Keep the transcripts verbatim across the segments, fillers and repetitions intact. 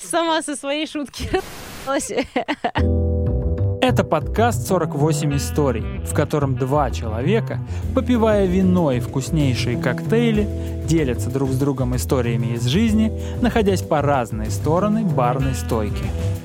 Сама со своей шутки. Это подкаст «сорок восемь историй», в котором два человека, попивая вино и вкуснейшие коктейли, делятся друг с другом историями из жизни, находясь по разные стороны барной стойки.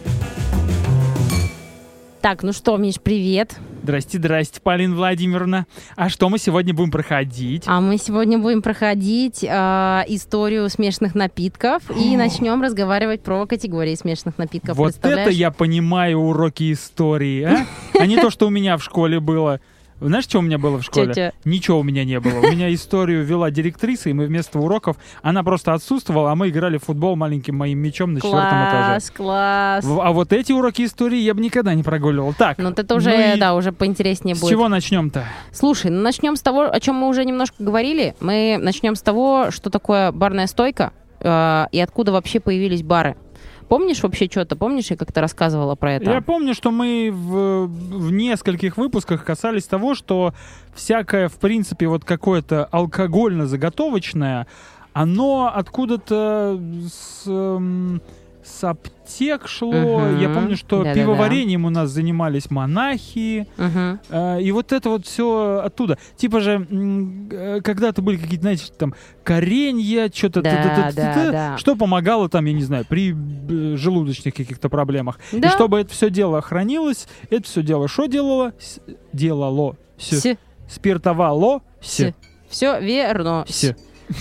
Так, ну что, Миш, привет. Здрасте, здрасте, Полина Владимировна. А что мы сегодня будем проходить? А мы сегодня будем проходить э, историю смешанных напитков и начнем разговаривать про категории смешанных напитков. Вот это я понимаю уроки истории, а? А не то, что у меня в школе было. Знаешь, что у меня было в школе? Тетя. Ничего у меня не было. У меня историю вела директриса, и мы вместо уроков, она просто отсутствовала, а мы играли в футбол маленьким моим мячом на четвертом этаже. Класс, класс. А вот эти уроки истории я бы никогда не прогуливал. Так. Ну, это уже, ну и да, уже поинтереснее с будет. С чего начнем-то? Слушай, ну начнем с того, о чем мы уже немножко говорили. Мы начнем с того, что такое барная стойка э, и откуда вообще появились бары. Помнишь вообще что-то? Помнишь, я как-то рассказывала про это? Я помню, что мы в, в нескольких выпусках касались того, что всякое, в принципе, вот какое-то алкогольно-заготовочное, оно откуда-то с, с аптек шло. Uh-huh. Я помню, что Да-да-да. пивоварением у нас занимались монахи. Uh-huh. Э, и вот это вот все оттуда. Типа же, э, когда-то были какие-то, знаете, там, коренья, что-то... Да, да, да. Что помогало там, я не знаю, при э, желудочных каких-то проблемах. Да. И чтобы это все дело хранилось, это все дело что делало? С, делало. С. С. Спиртовало. С. С. Все верно. С.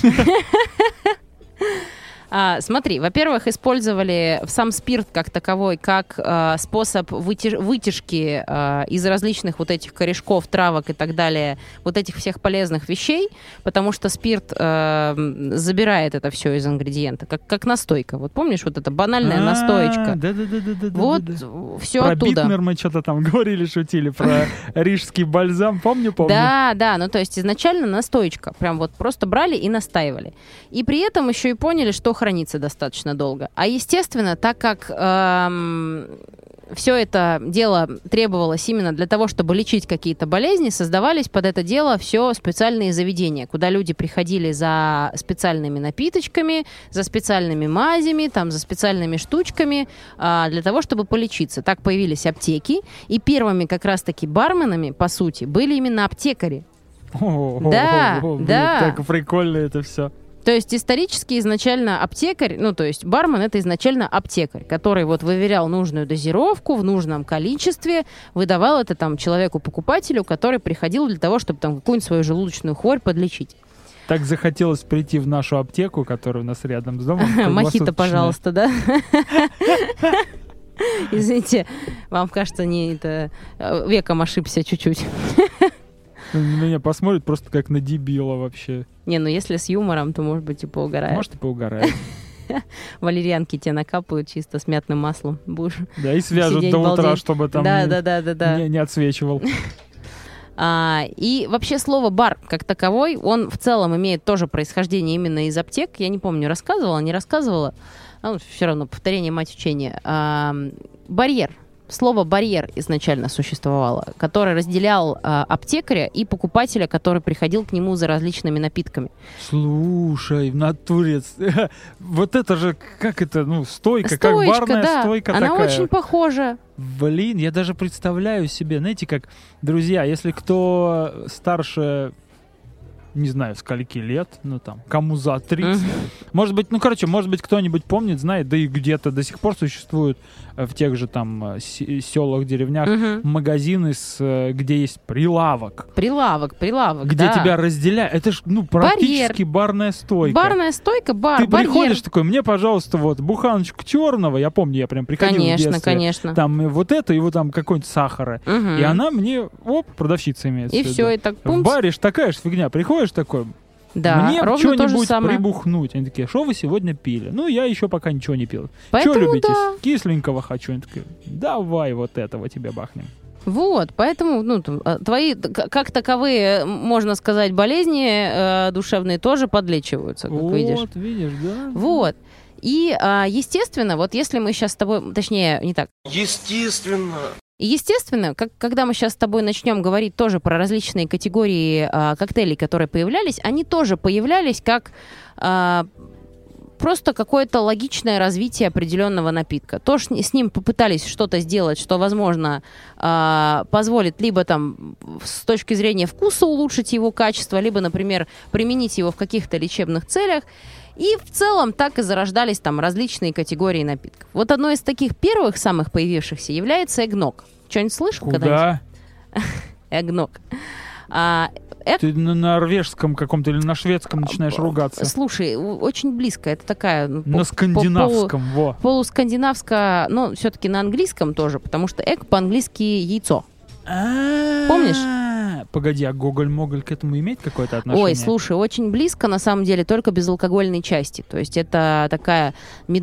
А, смотри, во-первых, использовали сам спирт как таковой, как а, способ вытяж- вытяжки а, из различных вот этих корешков, травок и так далее, вот этих всех полезных вещей, потому что спирт а, забирает это все из ингредиента, как, как настойка. Вот помнишь, вот эта банальная настоечка? Да-да-да. Вот все оттуда. Про Битнер мы что-то там говорили, шутили, про рижский бальзам, помню, помню. Да, да, ну то есть изначально настоечка, прям вот просто брали и настаивали. И при этом еще и поняли, что хранится достаточно долго. А естественно, так как эм, все это дело требовалось именно для того, чтобы лечить какие-то болезни, создавались под это дело все специальные заведения, куда люди приходили за специальными напиточками, за специальными мазями, там, за специальными штучками э, для того, чтобы полечиться. Так появились аптеки, и первыми как раз-таки барменами, по сути, были именно аптекари. О, да, о, о, блин, да. Так прикольно это все. То есть исторически изначально аптекарь, ну то есть бармен — это изначально аптекарь, который вот выверял нужную дозировку в нужном количестве, выдавал это там человеку-покупателю, который приходил для того, чтобы там какую-нибудь свою желудочную хворь подлечить. Так захотелось прийти в нашу аптеку, которая у нас рядом с домом. Мохито, пожалуйста, да? Извините, вам кажется, не это веком ошибся чуть-чуть. На меня посмотрит просто как на дебила вообще. Не, ну если с юмором, то, может быть, и поугарает. Может, и поугарает. Валерьянки тебе накапают чисто с мятным маслом. Будешь да, и свяжут до балдеть. утра, чтобы там да, не, да, да, да, да. не, не отсвечивал. А, и вообще слово «бар» как таковой, он в целом имеет тоже происхождение именно из аптек. Я не помню, рассказывала, не рассказывала. А, ну, все равно повторение мать учения. А, барьер. Слово «барьер» изначально существовало, который разделял а, аптекаря и покупателя, который приходил к нему за различными напитками. Слушай, в натуре... Вот это же, как это, ну, стойка, Стоечка, как барная да. стойка Она такая. очень похожа. Блин, я даже представляю себе, знаете, как, друзья, если кто старше... не знаю, скольки лет, ну там, кому за тридцать. Mm-hmm. Может быть, ну, короче, может быть, кто-нибудь помнит, знает, да и где-то до сих пор существуют в тех же там селах, деревнях mm-hmm. магазины, с, где есть прилавок. Прилавок, прилавок, где да. тебя разделяют. Это ж, ну, практически барьер. Барная стойка. Барная стойка, бар, Ты барьер. приходишь такой, мне, пожалуйста, вот, буханочку черного, я помню, я прям приходил конечно, в детстве. Конечно, конечно. Там вот это, и вот там какой-нибудь сахара. Mm-hmm. И она мне, оп, продавщица имеется. И все, и так пункт. В баре ж такая же фигня. Приходишь такой... Да, мне ровно что-нибудь самое. прибухнуть. Они такие, что вы сегодня пили? Ну, я еще пока ничего не пил. Поэтому что любите? Да. Кисленького хочу. Они такие, давай вот этого тебе бахнем. Вот, поэтому ну, твои, как таковые, можно сказать, болезни э, душевные тоже подлечиваются, как вот, видишь. Вот, видишь, да. Вот. И, э, естественно, вот если мы сейчас с тобой, точнее, не так. Естественно. И, естественно, как, когда мы сейчас с тобой начнем говорить тоже про различные категории э, коктейлей, которые появлялись, они тоже появлялись как э, просто какое-то логичное развитие определенного напитка. То, что с ним попытались что-то сделать, что, возможно, э, позволит либо там с точки зрения вкуса улучшить его качество, либо, например, применить его в каких-то лечебных целях. И в целом так и зарождались там различные категории напитков. Вот одной из таких первых, самых появившихся, является эгног. Что-нибудь слышал когда-нибудь? Куда? Эгног. А, эг... Ты на норвежском каком-то или на шведском начинаешь ругаться? Слушай, очень близко. Это такая... Ну, на скандинавском, полу, во. Полускандинавско, но все-таки на английском тоже, потому что эг по-английски яйцо. Помнишь? Погоди, а Гоголь-Моголь к этому имеет какое-то отношение? Ой, слушай, очень близко, на самом деле, только безалкогольной части. То есть это такая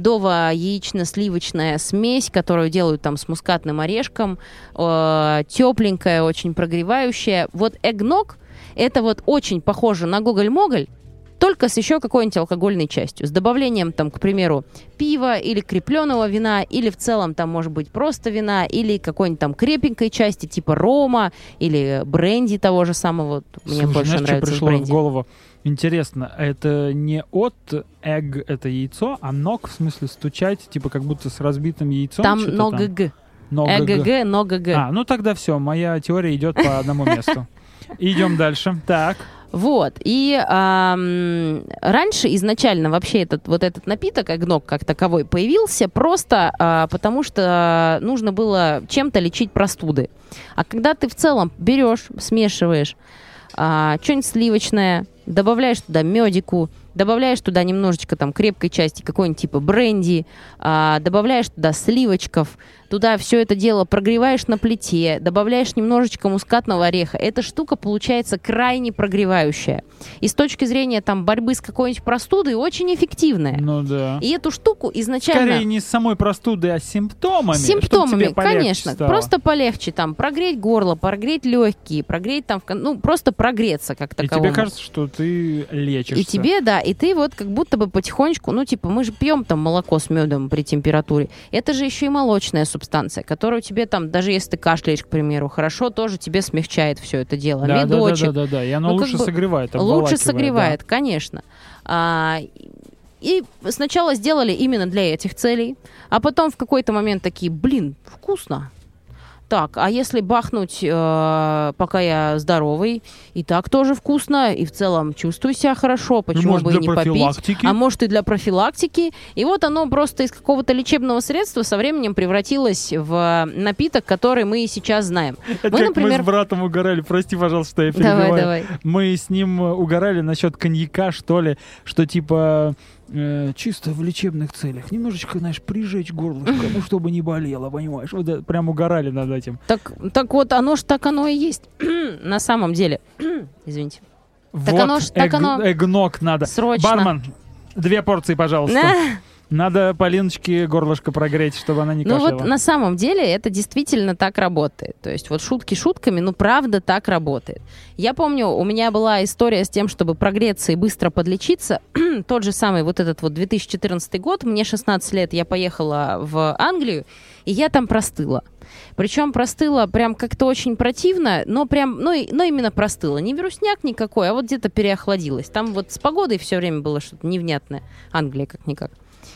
медово-яично-сливочная смесь, которую делают там с мускатным орешком, э, тепленькая, очень прогревающая. Вот эгног — это вот очень похоже на Гоголь-Моголь, только с еще какой-нибудь алкогольной частью. С добавлением, там, к примеру, пива или крепленого вина, или в целом там может быть просто вина, или какой-нибудь там крепенькой части, типа рома, или бренди того же самого. Мне Слушай, больше знаешь, нравится что пришло бренди. в голову? Интересно, это не от egg, это яйцо, а ног, в смысле стучать, типа как будто с разбитым яйцом? Там что-то но-г-г. Но-г-г. Э-г-г, но-г-г. А, ну тогда все, моя теория идет по одному месту. Идем дальше. Так. Вот, и эм, раньше изначально вообще этот, вот этот напиток, эгног как таковой, появился просто э, потому, что нужно было чем-то лечить простуды. А когда ты в целом берешь, смешиваешь э, что-нибудь сливочное, добавляешь туда медику, добавляешь туда немножечко там крепкой части, какой-нибудь типа бренди, э, добавляешь туда сливочков, туда все это дело прогреваешь на плите, добавляешь немножечко мускатного ореха. Эта штука получается крайне прогревающая. И с точки зрения там борьбы с какой-нибудь простудой очень эффективная. Ну да. И эту штуку изначально... Скорее не с самой простудой, а с симптомами. С симптомами, чтобы тебе полегче конечно. стало. Просто полегче там прогреть горло, прогреть легкие, прогреть там... Ну, просто прогреться как И таковому. тебе кажется, что ты лечишься. И тебе, да, и ты вот как будто бы потихонечку, ну, типа, мы же пьем там молоко с медом при температуре. Это же еще и молочная субстанция, которая тебе там, даже если ты кашляешь, к примеру, хорошо, тоже тебе смягчает все это дело. Да, Медочек. да, да, да, да, и оно Ну, как лучше бы согревает, Лучше обволакивает, согревает, да. конечно. А, и сначала сделали именно для этих целей, а потом в какой-то момент такие, блин, вкусно. Так, а если бахнуть, э, пока я здоровый, и так тоже вкусно, и в целом чувствую себя хорошо, почему может, бы и для не попить, профилактики? а может и для профилактики. И вот оно просто из какого-то лечебного средства со временем превратилось в напиток, который мы и сейчас знаем. Это Мы, как например- мы с братом угорали, прости, пожалуйста, что я перебиваю. Давай, давай. Мы с ним угорали насчет коньяка, что ли, что типа э, чисто в лечебных целях. Немножечко, знаешь, прижечь горлышко, ну, чтобы не болело, понимаешь? Вот это, прям угорали над этим. Так, так вот, оно ж так оно и есть. На самом деле. Извините. Так вот оно ж- так эг- оно эгног надо. срочно. Бармен, две порции, пожалуйста. На. Надо Полиночке горлышко прогреть, чтобы она не Ну кашляла. вот на самом деле это действительно так работает. То есть вот шутки шутками, но правда так работает. Я помню, у меня была история с тем, чтобы прогреться и быстро подлечиться. Тот же самый вот этот вот две тысячи четырнадцатый год, мне шестнадцать лет, я поехала в Англию, и я там простыла. Причем простыла прям как-то очень противно, но прям, ну, и- но именно простыла. Не вирусняк никакой, а вот где-то переохладилась. Там вот с погодой все время было что-то невнятное. Англия как-никак.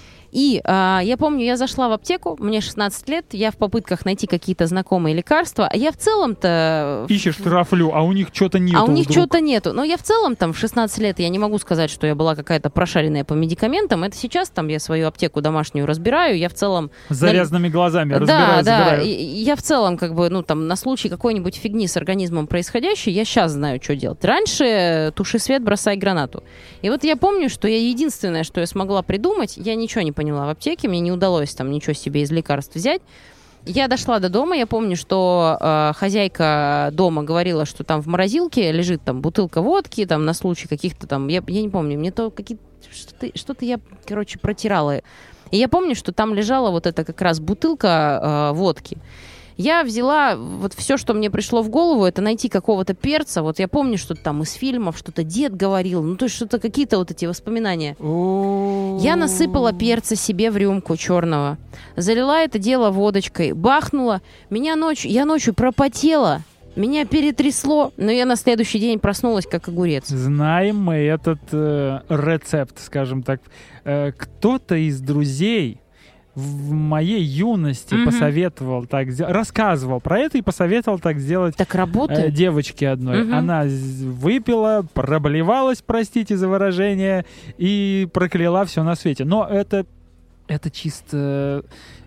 И а, я помню, я зашла в аптеку, мне шестнадцать лет, я в попытках найти какие-то знакомые лекарства, а я в целом-то... Ищешь трафлю, а у них что-то нету А у них вдруг. что-то нету. Но я в целом там в шестнадцать лет, я не могу сказать, что я была какая-то прошаренная по медикаментам. Это сейчас там я свою аптеку домашнюю разбираю, я в целом... С завязанными глазами разбираю, Да, да, разбираю. и- и я в целом как бы, ну там, на случай какой-нибудь фигни с организмом происходящей, я сейчас знаю, что делать. Раньше туши свет, бросай гранату. И вот я помню, что я единственное, что я смогла придумать, я ничего не поняла в аптеке, мне не удалось там ничего себе из лекарств взять. Я дошла до дома, я помню, что э, хозяйка дома говорила, что там в морозилке лежит там бутылка водки, там на случай каких-то там, я, я не помню, мне то какие-то, что-то, что-то я, короче, протирала. И я помню, что там лежала вот эта как раз бутылка э, водки. Я взяла вот все, что мне пришло в голову, это найти какого-то перца. Вот я помню, что-то там из фильмов, что-то дед говорил, ну то есть что-то какие-то вот эти воспоминания. Я насыпала перца себе в рюмку черного, залила это дело водочкой, бахнула. Меня ночью, я ночью пропотела, Меня перетрясло, но я на следующий день проснулась как огурец. Знаем мы этот э, рецепт, скажем так. Э, кто-то из друзей в моей юности Мгм. посоветовал так сделать, рассказывал про это и посоветовал так сделать Так э, работает? девочке одной. Мгм. Она з- выпила, проблевалась, простите за выражение, и прокляла все на свете. Но это, это чисто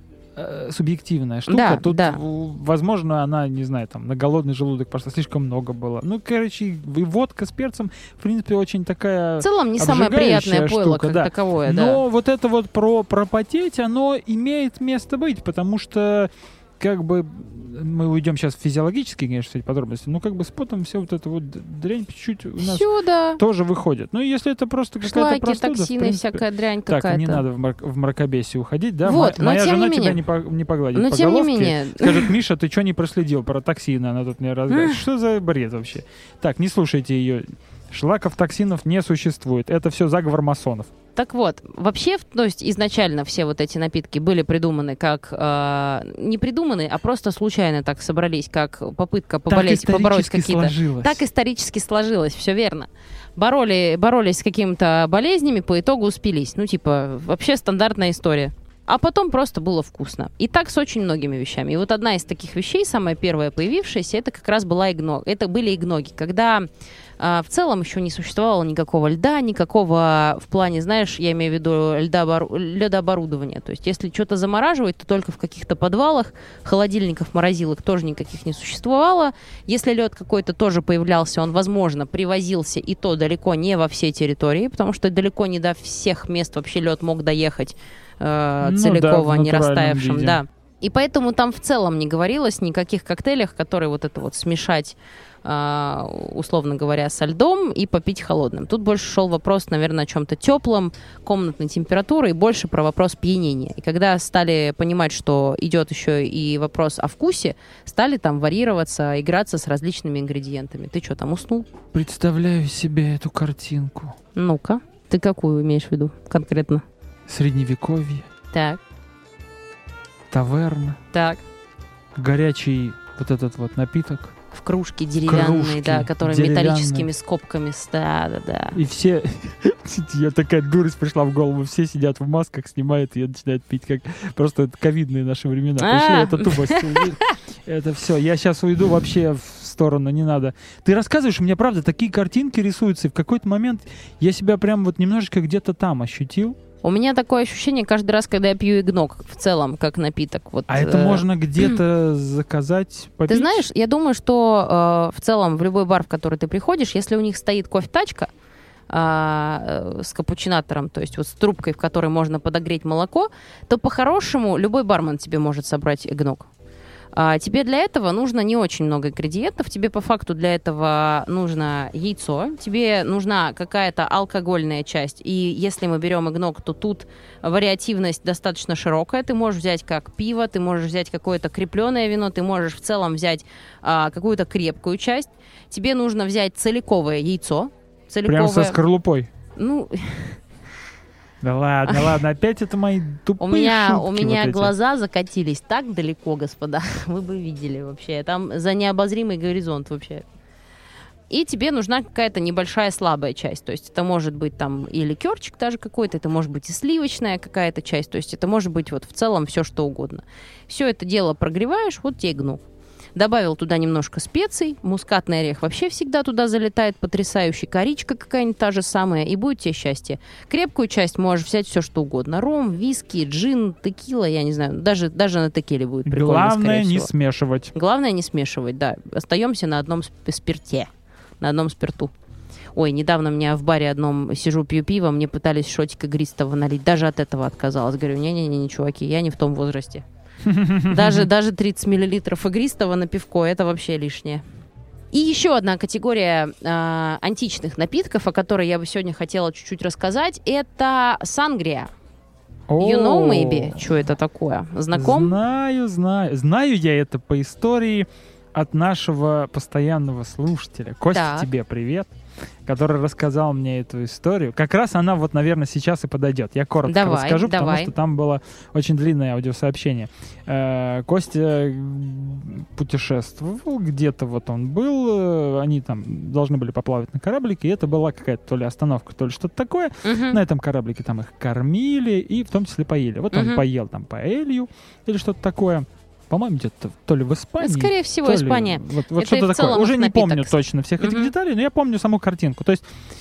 э, субъективная штука. Да, Тут, да. в- возможно, она, не знаю, там, на голодный желудок просто слишком много было. Ну, короче, и водка с перцем, в принципе, очень такая... В целом не самое обжигающая приятное пойло, штука, как да. таковое, Но да. вот это вот про пропотеть, оно имеет место быть, потому что как бы мы уйдем сейчас в физиологические, конечно, все эти подробности, но как бы с потом все вот это вот дрянь чуть-чуть у нас Сюда. тоже выходит. Ну, если это просто какая-то Шлаки, простуда, в токсины, принципе... всякая дрянь Так, какая-то. не надо в, мрак- в мракобесие уходить, да? Вот, Мо- но Моя тем жена не тебя менее. не, по- не погладит Но по тем не головке, менее. скажет: Миша, ты что не проследил про токсины? Она тут мне разговаривает. Что за бред вообще? Так, не слушайте ее. Шлаков, токсинов не существует. Это все заговор масонов. Так вот, вообще, то есть изначально все вот эти напитки были придуманы как... э, не придуманы, а просто случайно так собрались, как попытка поболеть, так побороть исторически какие-то... сложилось. Так исторически сложилось, все верно. Бороли, боролись с какими-то болезнями, по итогу успелись. Ну, типа, вообще стандартная история. А потом просто было вкусно. И так с очень многими вещами. И вот одна из таких вещей, самая первая появившаяся, это как раз была игног. Это были игноги, когда э, в целом еще не существовало никакого льда, никакого в плане, знаешь, я имею в виду льдообору- ледооборудования. То есть если что-то замораживать, то только в каких-то подвалах, холодильников, морозилок тоже никаких не существовало. Если лед какой-то тоже появлялся, он, возможно, привозился, и то далеко не во все территории, потому что далеко не до всех мест вообще лед мог доехать э, Ну целиком, да, в не натуральном растаявшим, виде. да. И поэтому там в целом не говорилось никаких коктейлях, которые вот это вот смешать, э, условно говоря, со льдом и попить холодным. Тут больше шел вопрос, наверное, о чем-то теплом, комнатной температуры и больше про вопрос пьянения. И когда стали понимать, что идет еще и вопрос о вкусе, стали там варьироваться, играться с различными ингредиентами. Ты что, там уснул? Представляю себе эту картинку. Ну-ка, ты какую имеешь в виду конкретно? Средневековье, Так, таверна, так. горячий вот этот вот напиток. В кружке деревянные, Кружки да, которые деревянные. металлическими скобками. с- Да, да, да. И все... Я такая дурость пришла в голову. Все сидят в масках, снимают и начинают пить. Как просто это ковидные наши времена. Пришли, А. это тупость. Это все. Я сейчас уйду вообще в сторону, не надо. Ты рассказываешь, у меня правда такие картинки рисуются. И в какой-то момент я себя прям вот немножечко где-то там ощутил. У меня такое ощущение каждый раз, когда я пью игног в целом, как напиток. Вот, А это э, можно где-то заказать, попить? Ты знаешь, я думаю, что э, в целом в любой бар, в который ты приходишь, если у них стоит кофе-тачка э, с капучинатором, то есть вот с трубкой, в которой можно подогреть молоко, то по-хорошему любой бармен тебе может собрать игног. А тебе для этого нужно не очень много ингредиентов, тебе по факту для этого нужно яйцо, тебе нужна какая-то алкогольная часть, и если мы берем игног, то тут вариативность достаточно широкая, ты можешь взять как пиво, ты можешь взять какое-то крепленое вино, ты можешь в целом взять а, какую-то крепкую часть, тебе нужно взять целиковое яйцо, целиковое... Прям со скорлупой? Ну... Да ладно, ладно, опять это мои тупые У меня, шутки у меня вот эти. глаза закатились так далеко, господа. Вы бы видели вообще. Там за необозримый горизонт вообще. И тебе нужна какая-то небольшая слабая часть. То есть это может быть там и ликерчик даже какой-то, это может быть и сливочная какая-то часть. То есть это может быть вот в целом все что угодно. Все это дело прогреваешь, вот тебе игнул. Добавил туда немножко специй, мускатный орех вообще всегда туда залетает, потрясающий, коричка какая-нибудь та же самая, и будет тебе счастье. Крепкую часть можешь взять все что угодно. Ром, виски, джин, текила, я не знаю, даже, даже на текиле будет прикольно, Главное скорее не всего. смешивать. Главное не смешивать, да. Остаемся на одном сп- спирте, на одном спирту. Ой, недавно меня в баре одном сижу, пью пиво, мне пытались шотик игристого налить, даже от этого отказалась. Говорю, не-не-не, чуваки, я не в том возрасте. Даже, даже тридцать миллилитров игристого на пивко, это вообще лишнее. И еще одна категория э, античных напитков, о которой я бы сегодня хотела чуть-чуть рассказать, это сангрия. You know, maybe, что это такое? Знаком? Знаю, знаю. Знаю я это по истории от нашего постоянного слушателя. Костя, Так. тебе привет. который рассказал мне эту историю. Как раз она вот, наверное, сейчас и подойдет. Я коротко давай, расскажу, давай. потому что там было очень длинное аудиосообщение. Э, Костя путешествовал, где-то вот он был, они там должны были поплавать на кораблике, и это была какая-то то ли остановка, то ли что-то такое. Мгм. На этом кораблике там их кормили и в том числе поели. Вот он Мгм. поел там паэлью или что-то такое. По-моему, где-то то ли в Испании. Скорее всего, то ли Испания. Вот, вот Это что-то и в такое. целом Уже их не напиток. помню точно всех этих Мгм. деталей, но я помню саму картинку. То есть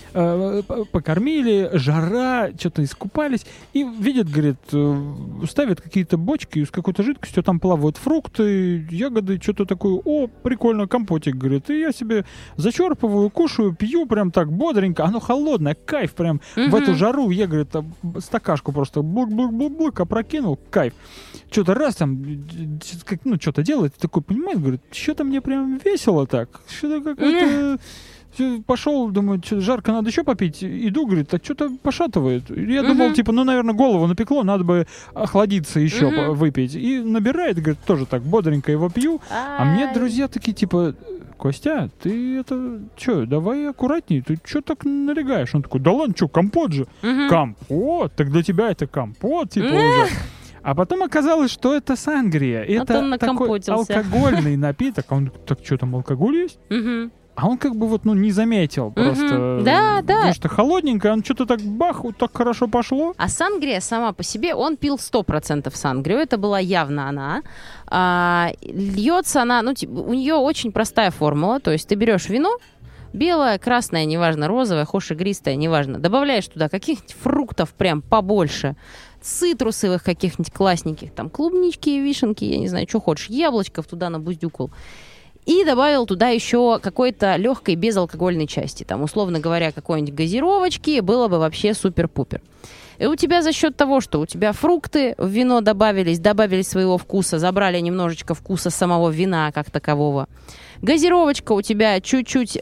э, п- покормили, жара, что-то искупались. И видят, говорит, э, ставят какие-то бочки с какой-то жидкостью, там плавают фрукты, ягоды, что-то такое. О, прикольно, компотик, говорит. И я себе зачерпываю, кушаю, пью прям так бодренько. Оно холодное, кайф прям. В Мгм. эту жару я, говорит, там стакашку просто блук-блук-блук-блук опрокинул, кайф. Что-то раз там, как, ну, что-то делает, такой, понимаешь, говорит, что-то мне прям весело так, что-то какое-то... Пошел, думаю, что жарко, надо еще попить. Иду, говорит, так что-то пошатывает. Я Мгм. думал, типа, ну, наверное, голову напекло, надо бы охладиться еще, Мгм. по- выпить. И набирает, говорит, тоже так бодренько его пью. А мне Ай. друзья такие, типа, Костя, ты это, что, давай аккуратней, ты что так налегаешь? Он такой, да ладно, что, компот же. Мгм. Компот? Так для тебя это компот, типа, М. уже. А потом оказалось, что это сангрия. Вот Это он такой накомпотился. алкогольный напиток. А он, так что там, алкоголь есть? Мгм. А он как бы вот, ну, не заметил просто. Да, да. Потому что холодненько, он что-то так бах, вот так хорошо пошло. А сангрия сама по себе, он пил сто процентов сангрию, это была явно она. А, льется она, ну, типа, у нее очень простая формула, то есть ты берешь вино, белое, красное, неважно, розовое, хошь игристое, неважно, добавляешь туда каких-нибудь фруктов прям побольше, цитрусовых каких-нибудь классненьких, там, клубнички, вишенки, я не знаю, что хочешь, яблочков туда набуздюкал. И добавил туда еще какой-то легкой безалкогольной части. Там, условно говоря, какой-нибудь газировочки, было бы вообще супер-пупер. И у тебя за счет того, что у тебя фрукты в вино добавились, добавили своего вкуса, забрали немножечко вкуса самого вина как такового. Газировочка у тебя чуть-чуть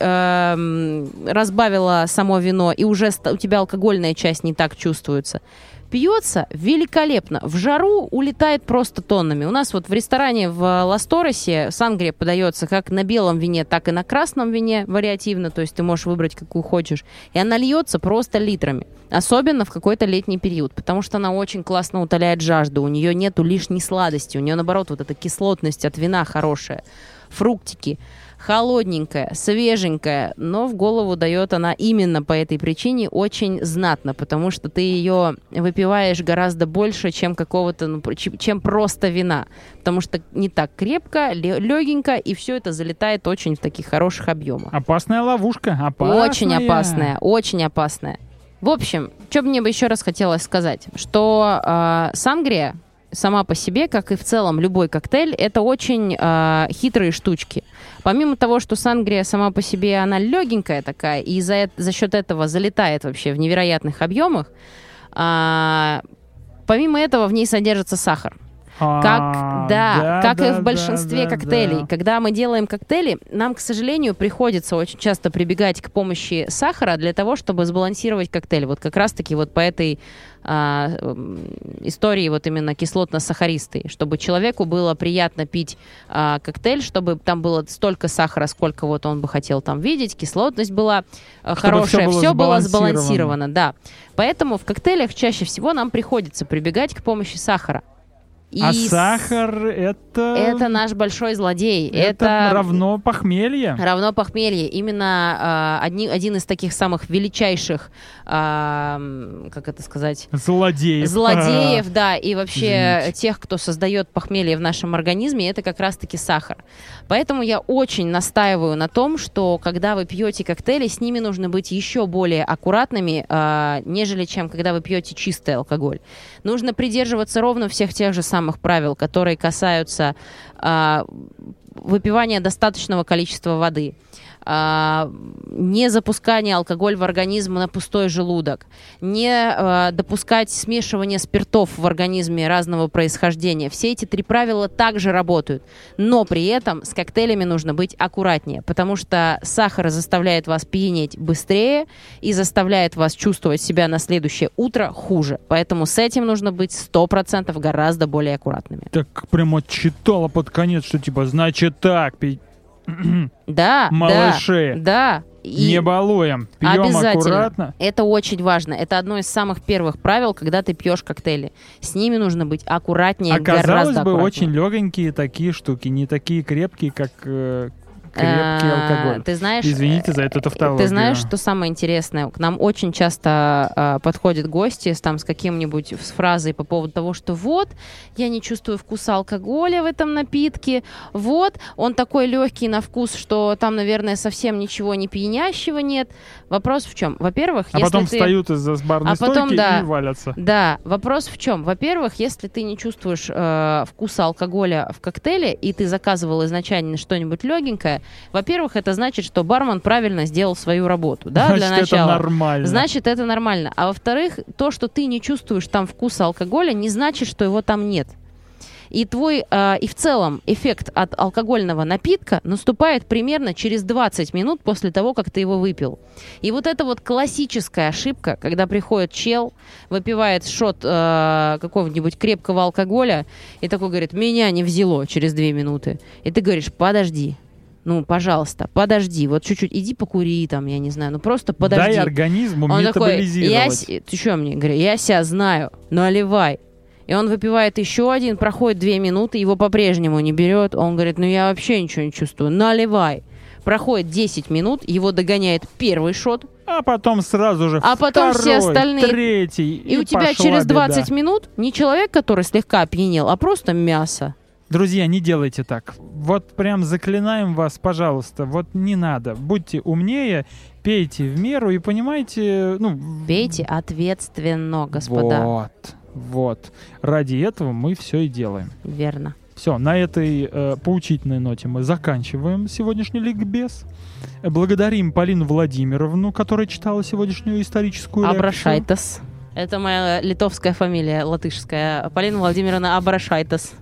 эм, разбавила само вино, и уже ста- у тебя алкогольная часть не так чувствуется. Пьется великолепно. В жару улетает просто тоннами. У нас вот в ресторане в Лас-Торресе сангрия подается как на белом вине, так и на красном вине вариативно. То есть ты можешь выбрать, какую хочешь. И она льется просто литрами. Особенно в какой-то летний период. Потому что она очень классно утоляет жажду. У нее нету лишней сладости. У нее, наоборот, вот эта кислотность от вина хорошая. Фруктики. Холодненькая, свеженькая, но в голову дает она именно по этой причине очень знатно, потому что ты ее выпиваешь гораздо больше, чем какого-то, ну, чем просто вина, потому что не так крепко, легенько, и все это залетает очень в таких хороших объемах. Опасная ловушка, опасная. Очень опасная, очень опасная. В общем, что мне бы еще раз хотелось сказать, что э, сангрия сама по себе, как и в целом любой коктейль, это очень э, хитрые штучки. Помимо того, что сангрия сама по себе, она легенькая такая, и за, за счет этого залетает вообще в невероятных объемах, э, помимо этого в ней содержится сахар. Как, А, да, да, как да, и в большинстве да, коктейлей. да. Когда мы делаем коктейли, нам, к сожалению, приходится очень часто прибегать к помощи сахара для того, чтобы сбалансировать коктейль. Вот как раз-таки вот по этой а, истории вот именно кислотно-сахаристой, чтобы человеку было приятно пить а, коктейль, чтобы там было столько сахара, сколько вот он бы хотел там видеть, кислотность была а, хорошая, всё было все было сбалансировано. сбалансировано, да. Поэтому в коктейлях чаще всего нам приходится прибегать к помощи сахара. И А с- сахар это... это наш большой злодей. Это, Это, равно похмелье. равно похмелье. Именно а, одни- один из таких самых величайших, а, м, как это сказать, Злодеев. злодеев, да, и вообще Извините. тех, кто создает похмелье в нашем организме, это как раз-таки сахар. Поэтому я очень настаиваю на том, что когда вы пьете коктейли, с ними нужно быть еще более аккуратными, а, нежели чем когда вы пьете чистый алкоголь. Нужно придерживаться ровно всех тех же самых правил, которые касаются а, выпивания достаточного количества воды, а, не запускания алкоголя в организм на пустой желудок, не а, допускать смешивания спиртов в организме разного происхождения. Все эти три правила также работают, но при этом с коктейлями нужно быть аккуратнее, потому что сахар заставляет вас пьянеть быстрее и заставляет вас чувствовать себя на следующее утро хуже. Поэтому с этим нужно быть сто процентов гораздо более аккуратными. Так прямо читала под конец, что типа, значит так, пить. Да, Малыши. да, да. И Не балуем, пьем обязательно. аккуратно. Это очень важно. Это одно из самых первых правил, когда ты пьешь коктейли. С ними нужно быть аккуратнее, Оказалось гораздо бы, аккуратнее. очень легенькие такие штуки, не такие крепкие, как э, крепкий А, алкоголь. Ты знаешь, Извините за эту тавтологию. Ты знаешь, что самое интересное? К нам очень часто э, подходят гости с, там, с каким-нибудь с фразой по поводу того, что вот, я не чувствую вкуса алкоголя в этом напитке, вот, он такой легкий на вкус, что там, наверное, совсем ничего не пьянящего нет. Вопрос в чем? Во-первых, А если потом ты... встают из-за барной А потом, стойки да. и валятся. Да, вопрос в чем? Во-первых, если ты не чувствуешь э, вкуса алкоголя в коктейле, и ты заказывал изначально что-нибудь легенькое, во-первых, это значит, что бармен правильно сделал свою работу, да, Значит, для начала. это нормально. Значит, это нормально. А во-вторых, то, что ты не чувствуешь там вкуса алкоголя, не значит, что его там нет. И твой, э, и в целом эффект от алкогольного напитка наступает примерно через двадцать минут после того, как ты его выпил. И вот это вот классическая ошибка, когда приходит чел, выпивает шот э, какого-нибудь крепкого алкоголя и такой говорит, меня не взяло через две минуты. И ты говоришь, подожди. Ну, пожалуйста, подожди, вот чуть-чуть, иди покури там, я не знаю, ну просто подожди. Дай организму Он такой, я, метаболизировать. с- ты что мне, говорю, я себя знаю, наливай. И он выпивает еще один, проходит две минуты, его по-прежнему не берет. Он говорит, ну я вообще ничего не чувствую, наливай. Проходит десять минут, его догоняет первый шот, А потом сразу же А потом второй, все остальные. третий. и, у тебя пошла через беда. двадцать минут не человек, который слегка опьянел, а просто мясо. Друзья, не делайте так. Вот прям заклинаем вас, пожалуйста. Вот не надо. Будьте умнее, пейте в меру и понимайте... Ну, Пейте ответственно, господа. Вот, вот. Ради этого мы все и делаем. Верно. Все, на этой э, поучительной ноте мы заканчиваем сегодняшний ликбез. Благодарим Полину Владимировну, которая читала сегодняшнюю историческую лекцию. Абрашайтас. Это моя литовская фамилия, латышская. Полина Владимировна Абрашайтас.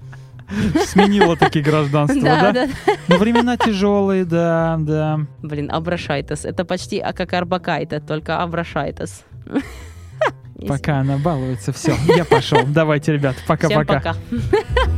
Сменила таки гражданство, да? Да, да. Но времена тяжелые, да, да. Блин, Абрашайтас. Это почти а как Арбакайта, только Абрашайтас. Пока она балуется, все, я пошел. Давайте, ребят, Всем пока-пока. пока.